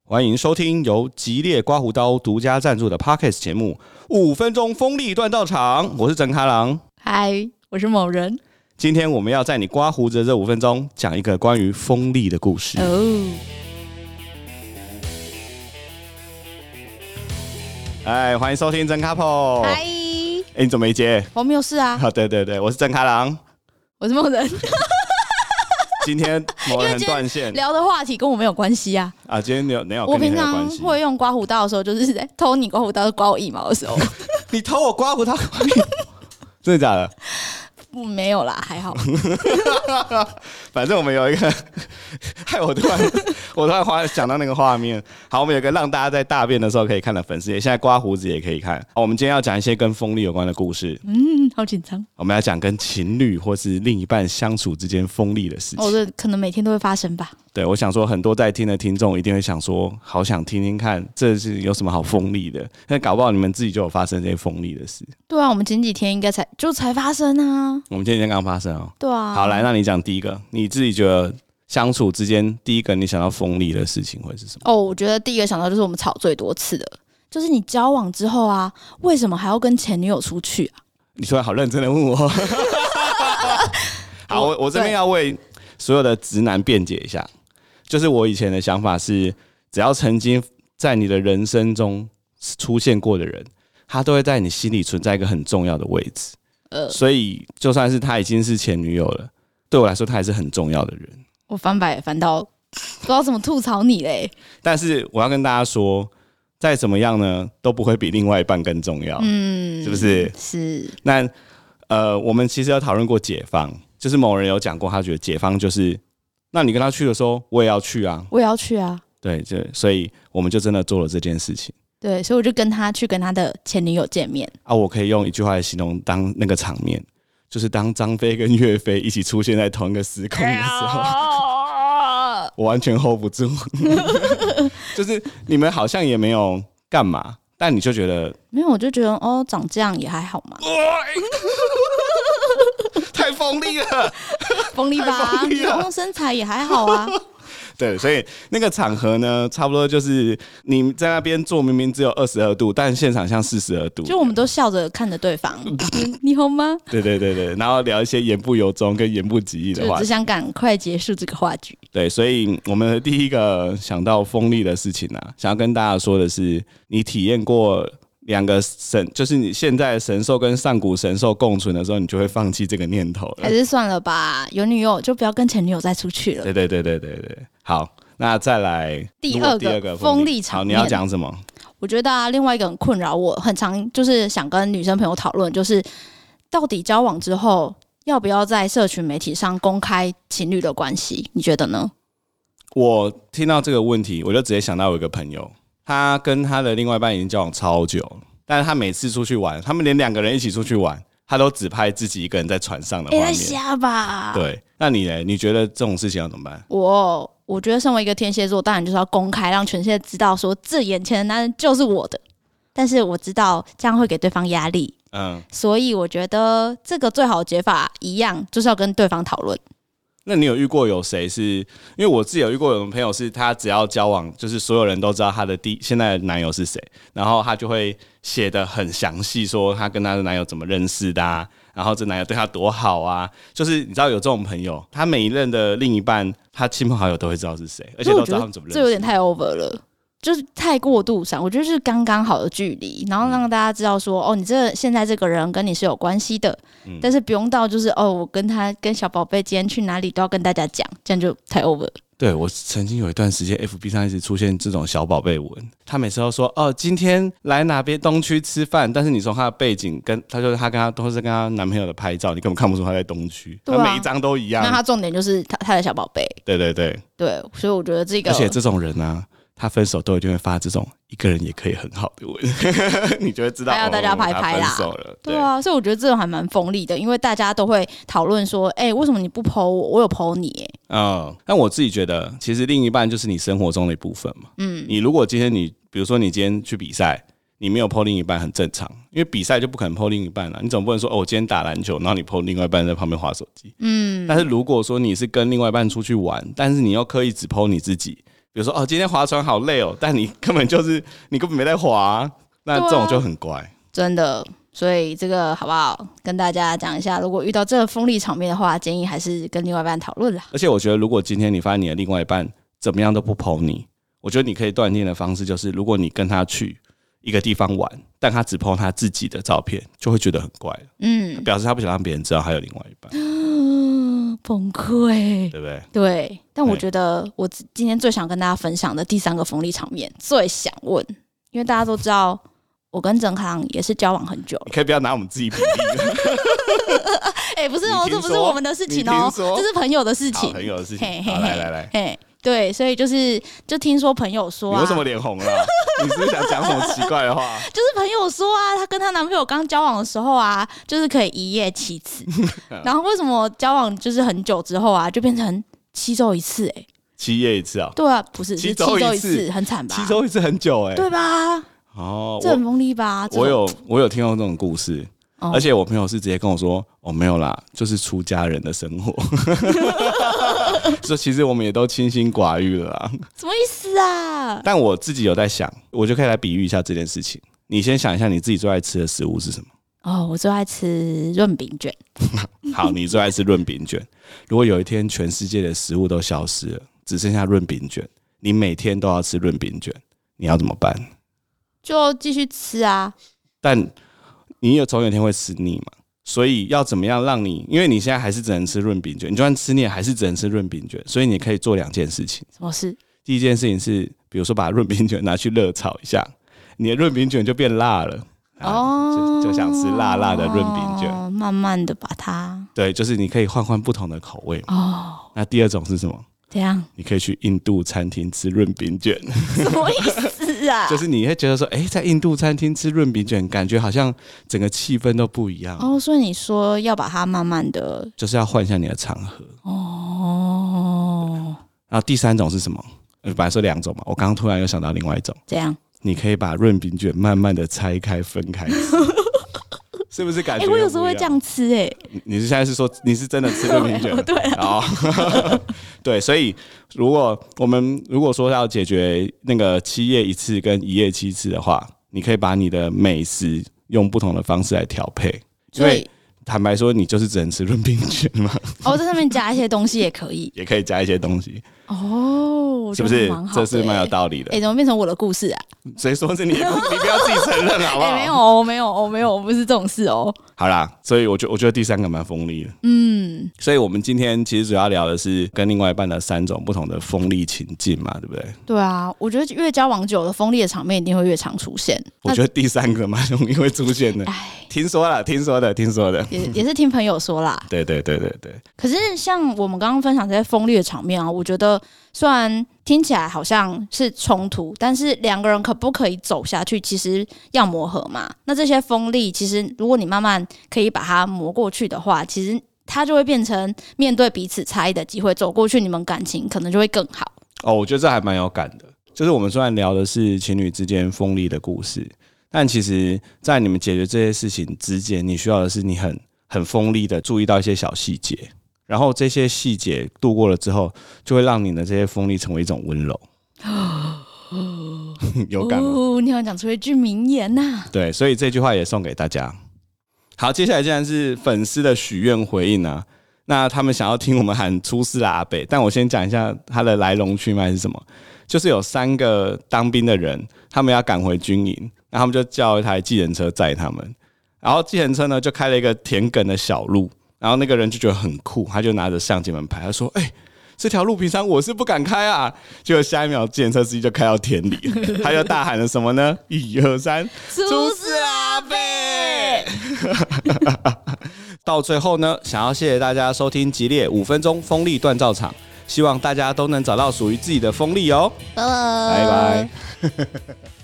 欢迎收听由吉列刮胡刀独家赞助的 Podcast 节目《5分钟锋利断道场》，我是真开朗。 嗨，我是某人。 今天我们要在你刮胡子的这5分钟讲一个关于锋利的故事。哎，欢迎收听真 Couple。 嗨， 你怎么没接？ 我没有事啊。 对，我是真开朗， 我是某人。 今天某人很断线， 聊的话题跟我没有关系啊。 今天没有我跟你平常很有关系。 会用刮胡刀的时候，就是在偷你刮胡刀刮我腋毛的时候。 你偷我刮胡刀，真的假的？ 没有啦，还好。 反正我们有一个，害我突然想到那个画面。好，我们有一个让大家在大便的时候可以看的粉丝页，现在刮胡子也可以看。我们今天要讲一些跟锋利有关的故事。 好紧张。 我们要讲跟情侣或是另一半相处之间锋利的事情。 这可能每天都会发生吧。 对，我想说很多在听的听众一定会想说，好想听听看，这是有什么好锋利的？那搞不好你们自己就有发生这些锋利的事。 对啊，我们前几天应该才发生啊。 我们前几天刚发生哦。 对啊。 好，来，那你讲第一个，你自己觉得相处之间第一个你想到锋利的事情会是什么？ 我觉得第一个想到就是我们吵最多次的，就是你交往之后啊，为什么还要跟前女友出去啊？ 你突然好认真的问我。好，我这边要为所有的直男辩解一下，就是我以前的想法是，只要曾经在你的人生中出现过的人，他都会在你心里存在一个很重要的位置。所以就算是他已经是前女友了，对我来说他还是很重要的人。 我翻白也翻到不知道怎么吐槽你嘞。 但是我要跟大家说，再怎么样呢，都不会比另外一半更重要。是不是？ 是。 那我们其实有讨论过解放，就是某人有讲过，他觉得解放就是，那你跟他去的时候，我也要去啊， 我也要去啊。对， 所以我们就真的做了这件事情。 对，所以我就跟他去跟他的前女友见面啊。我可以用一句话来形容当那个场面，就是当张飞跟岳飞一起出现在同一个时空的时候，我完全 hold 不住。就是你们好像也没有干嘛，但你就觉得没有，我就觉得长这样也还好嘛。 太锋利了， 锋利吧？然后身材也还好啊。 对，所以那个场合呢，差不多就是你在那边坐，明明只有22度，但现场像42度， 就我们都笑着看着对方，你好吗？ 对，然后聊一些言不由衷跟言不及义的话题， 就只想赶快结束这个话剧。 对，所以我们的第一个想到锋利的事情啊，想要跟大家说的是，你体验过两个神，就是你现在的神兽跟上古神兽共存的时候，你就会放弃这个念头了。 还是算了吧，有女友就不要跟前女友再出去了。 对。好，那再来第二个锋利场面。 好，你要讲什么？ 我觉得另外一个很困扰我，很常就是想跟女生朋友讨论，就是到底交往之后要不要在社群媒体上公开情侣的关系？你觉得呢？ 我听到这个问题，我就直接想到有一个朋友，他跟他的另外一半已经交往超久，但是他每次出去玩，他们连2个人一起出去玩，他都只拍自己一个人在船上的画面。 太瞎吧？ 对，那你呢？你觉得这种事情要怎么办？ 我觉得身为一个天蝎座，当然就是要公开，让全世界知道说这眼前的男人就是我的。但是我知道这样会给对方压力，所以我觉得这个最好的解法一样，就是要跟对方讨论。 那你有遇过有谁是？因为我自己有遇过有朋友是，他只要交往，就是所有人都知道他的现在的男友是谁，然后他就会写得很详细，说他跟他的男友怎么认识的啊，然后这男友对他多好啊，就是你知道有这种朋友，他每一任的另一半，他亲朋好友都会知道是谁，而且都知道他们怎么认识。 这有点太 over 了。就是太过度上，我觉得是刚刚好的距离，然后让大家知道说，你现在这个人跟你是有关系的，但是不用到就是我跟小宝贝今天去哪里都要跟大家讲，这样就太 over 了。 对，我曾经有一段时间 FB 上一直出现这种小宝贝文，他每次都说今天来哪边东区吃饭，但是你从他的背景跟他说他都是跟他男朋友的拍照，你根本看不出他在东区，他每一张都一样。 那他重点就是他的小宝贝。 对， 所以我觉得这个， 而且这种人啊，他分手都一定会发这种一个人也可以很好的文，你就会知道还要大家拍拍啦。 他分手了。 对啊，所以我觉得这种还蛮锋利的，因为大家都会讨论说，为什么你不 po 我？我有 po 你。 但我自己觉得，其实另一半就是你生活中的一部分嘛。你如果今天比如说你今天去比赛，你没有 po 另一半很正常，因为比赛就不可能 po 另一半了。你总不能说我今天打篮球，然后你 po 另外一半在旁边滑手机。但是如果说你是跟另外一半出去玩，但是你又刻意只 po 你自己。比比如说今天划船好累哦，但你根本没在划，那这种就很怪， 真的。所以这个好不好？跟大家讲一下，如果遇到这个锋利场面的话，建议还是跟另外一半讨论啦。 而且我觉得，如果今天你发现你的另外一半怎么样都不 po 你，我觉得你可以断定的方式就是，如果你跟他去一个地方玩，但他只 po 他自己的照片，就会觉得很怪了。表示他不想让别人知道还有另外一半。 崩溃， 对不对？ 对。但我觉得，我今天最想跟大家分享的第3个锋利场面，最想问，因为大家都知道。我跟郑康也是交往很久了， 你可以不要拿我们自己比例。不是哦，这不是我们的事情哦，这是朋友的事情。 朋友的事情。好，来。 对，所以就听说朋友说你为什么脸红了？你是不是想讲什么奇怪的话？ 就是朋友说啊，她跟她男朋友刚交往的时候啊，就是可以1夜7次，然后为什么交往就是很久之后啊，就变成7周1次 ？7夜1次啊？ 对啊，不是7周1次，很惨吧 ？7周1次很久对吧？这很锋利吧？ 我有听到这种故事，而且我朋友是直接跟我说：“没有啦，就是出家人的生活。”说其实我们也都清心寡欲了啦。 什么意思啊？ 但我自己有在想，我就可以来比喻一下这件事情。你先想一下，你自己最爱吃的食物是什么？ 我最爱吃润饼卷。 好，你最爱吃润饼卷。如果有一天全世界的食物都消失了，只剩下润饼卷，你每天都要吃润饼卷，你要怎么办？ 就继续吃啊， 但你总有一天会吃腻嘛，所以要怎么样让你，因为你现在还是只能吃润饼卷，你就算吃腻还是只能吃润饼卷，所以你可以做2件事情。 什么事？ 第一件事情是，比如说把润饼卷拿去热炒一下，你的润饼卷就变辣了。就想吃辣辣的润饼卷， 慢慢的把它， 对，就是你可以换不同的口味嘛。那第2种是什么？ 怎样？ 你可以去印度餐厅吃润饼卷。 什么意思啊？ 就是你会觉得说，在印度餐厅吃润饼卷，感觉好像整个气氛都不一样。 所以你说要把它慢慢的， 就是要换一下你的场合。然后第3种是什么？本来说2种嘛，我刚刚突然又想到另外一种。 怎样？ 你可以把润饼卷慢慢的拆开分开吃。是不是感觉？ 我有时候会这样吃你现在是说你是真的吃润饼卷？ 对啊。 对，所以如果说要解决那个7夜1次跟1夜7次的话，你可以把你的美食用不同的方式来调配。因为坦白说，你就是只能吃润饼卷嘛。在上面加一些东西也可以， 也可以加一些东西。是不是？这是蛮有道理的。 怎么变成我的故事啊？ 谁说是你？你不要自己承认好不好？ 没有，我不是这种事哦。 好啦，所以我觉得第3个蛮锋利的。所以我们今天其实主要聊的是跟另外一半的3种不同的锋利情境嘛，对不对？ 对啊，我觉得越交往久的锋利的场面一定会越常出现。 我觉得第3个蛮容易会出现的。听说的， 也是听朋友说啦。 对。 可是像我们刚刚分享这些锋利的场面啊，我觉得虽然听起来好像是冲突，但是2个人可不可以走下去，其实要磨合嘛。那这些锋利，其实如果你慢慢可以把它磨过去的话，其实它就会变成面对彼此差异的机会，走过去，你们感情可能就会更好。 我觉得这还蛮有感的。就是我们虽然聊的是情侣之间锋利的故事，但其实在你们解决这些事情之间，你需要的是你很锋利的注意到一些小细节，然后这些细节度过了之后，就会让你的这些锋利成为一种温柔。有感吗？ 你好像讲出一句名言呐。 对，所以这句话也送给大家。好，接下来竟然是粉丝的许愿回应啊。那他们想要听我们喊出事啦阿北，但我先讲一下它的来龙去脉是什么。就是有3个当兵的人，他们要赶回军营，然后他们就叫一台计程车载他们，然后计程车呢就开了一个田埂的小路，然后那个人就觉得很酷，他就拿着相机门牌，他说：“这条路平常我是不敢开啊。”结果下一秒，计程车司机就开到田里，他就大喊了什么呢？1、2、3，出事啦阿北！到最后呢，想要谢谢大家收听激烈5分钟锋利锻造场。希望大家都能找到属于自己的锋利哦。拜拜。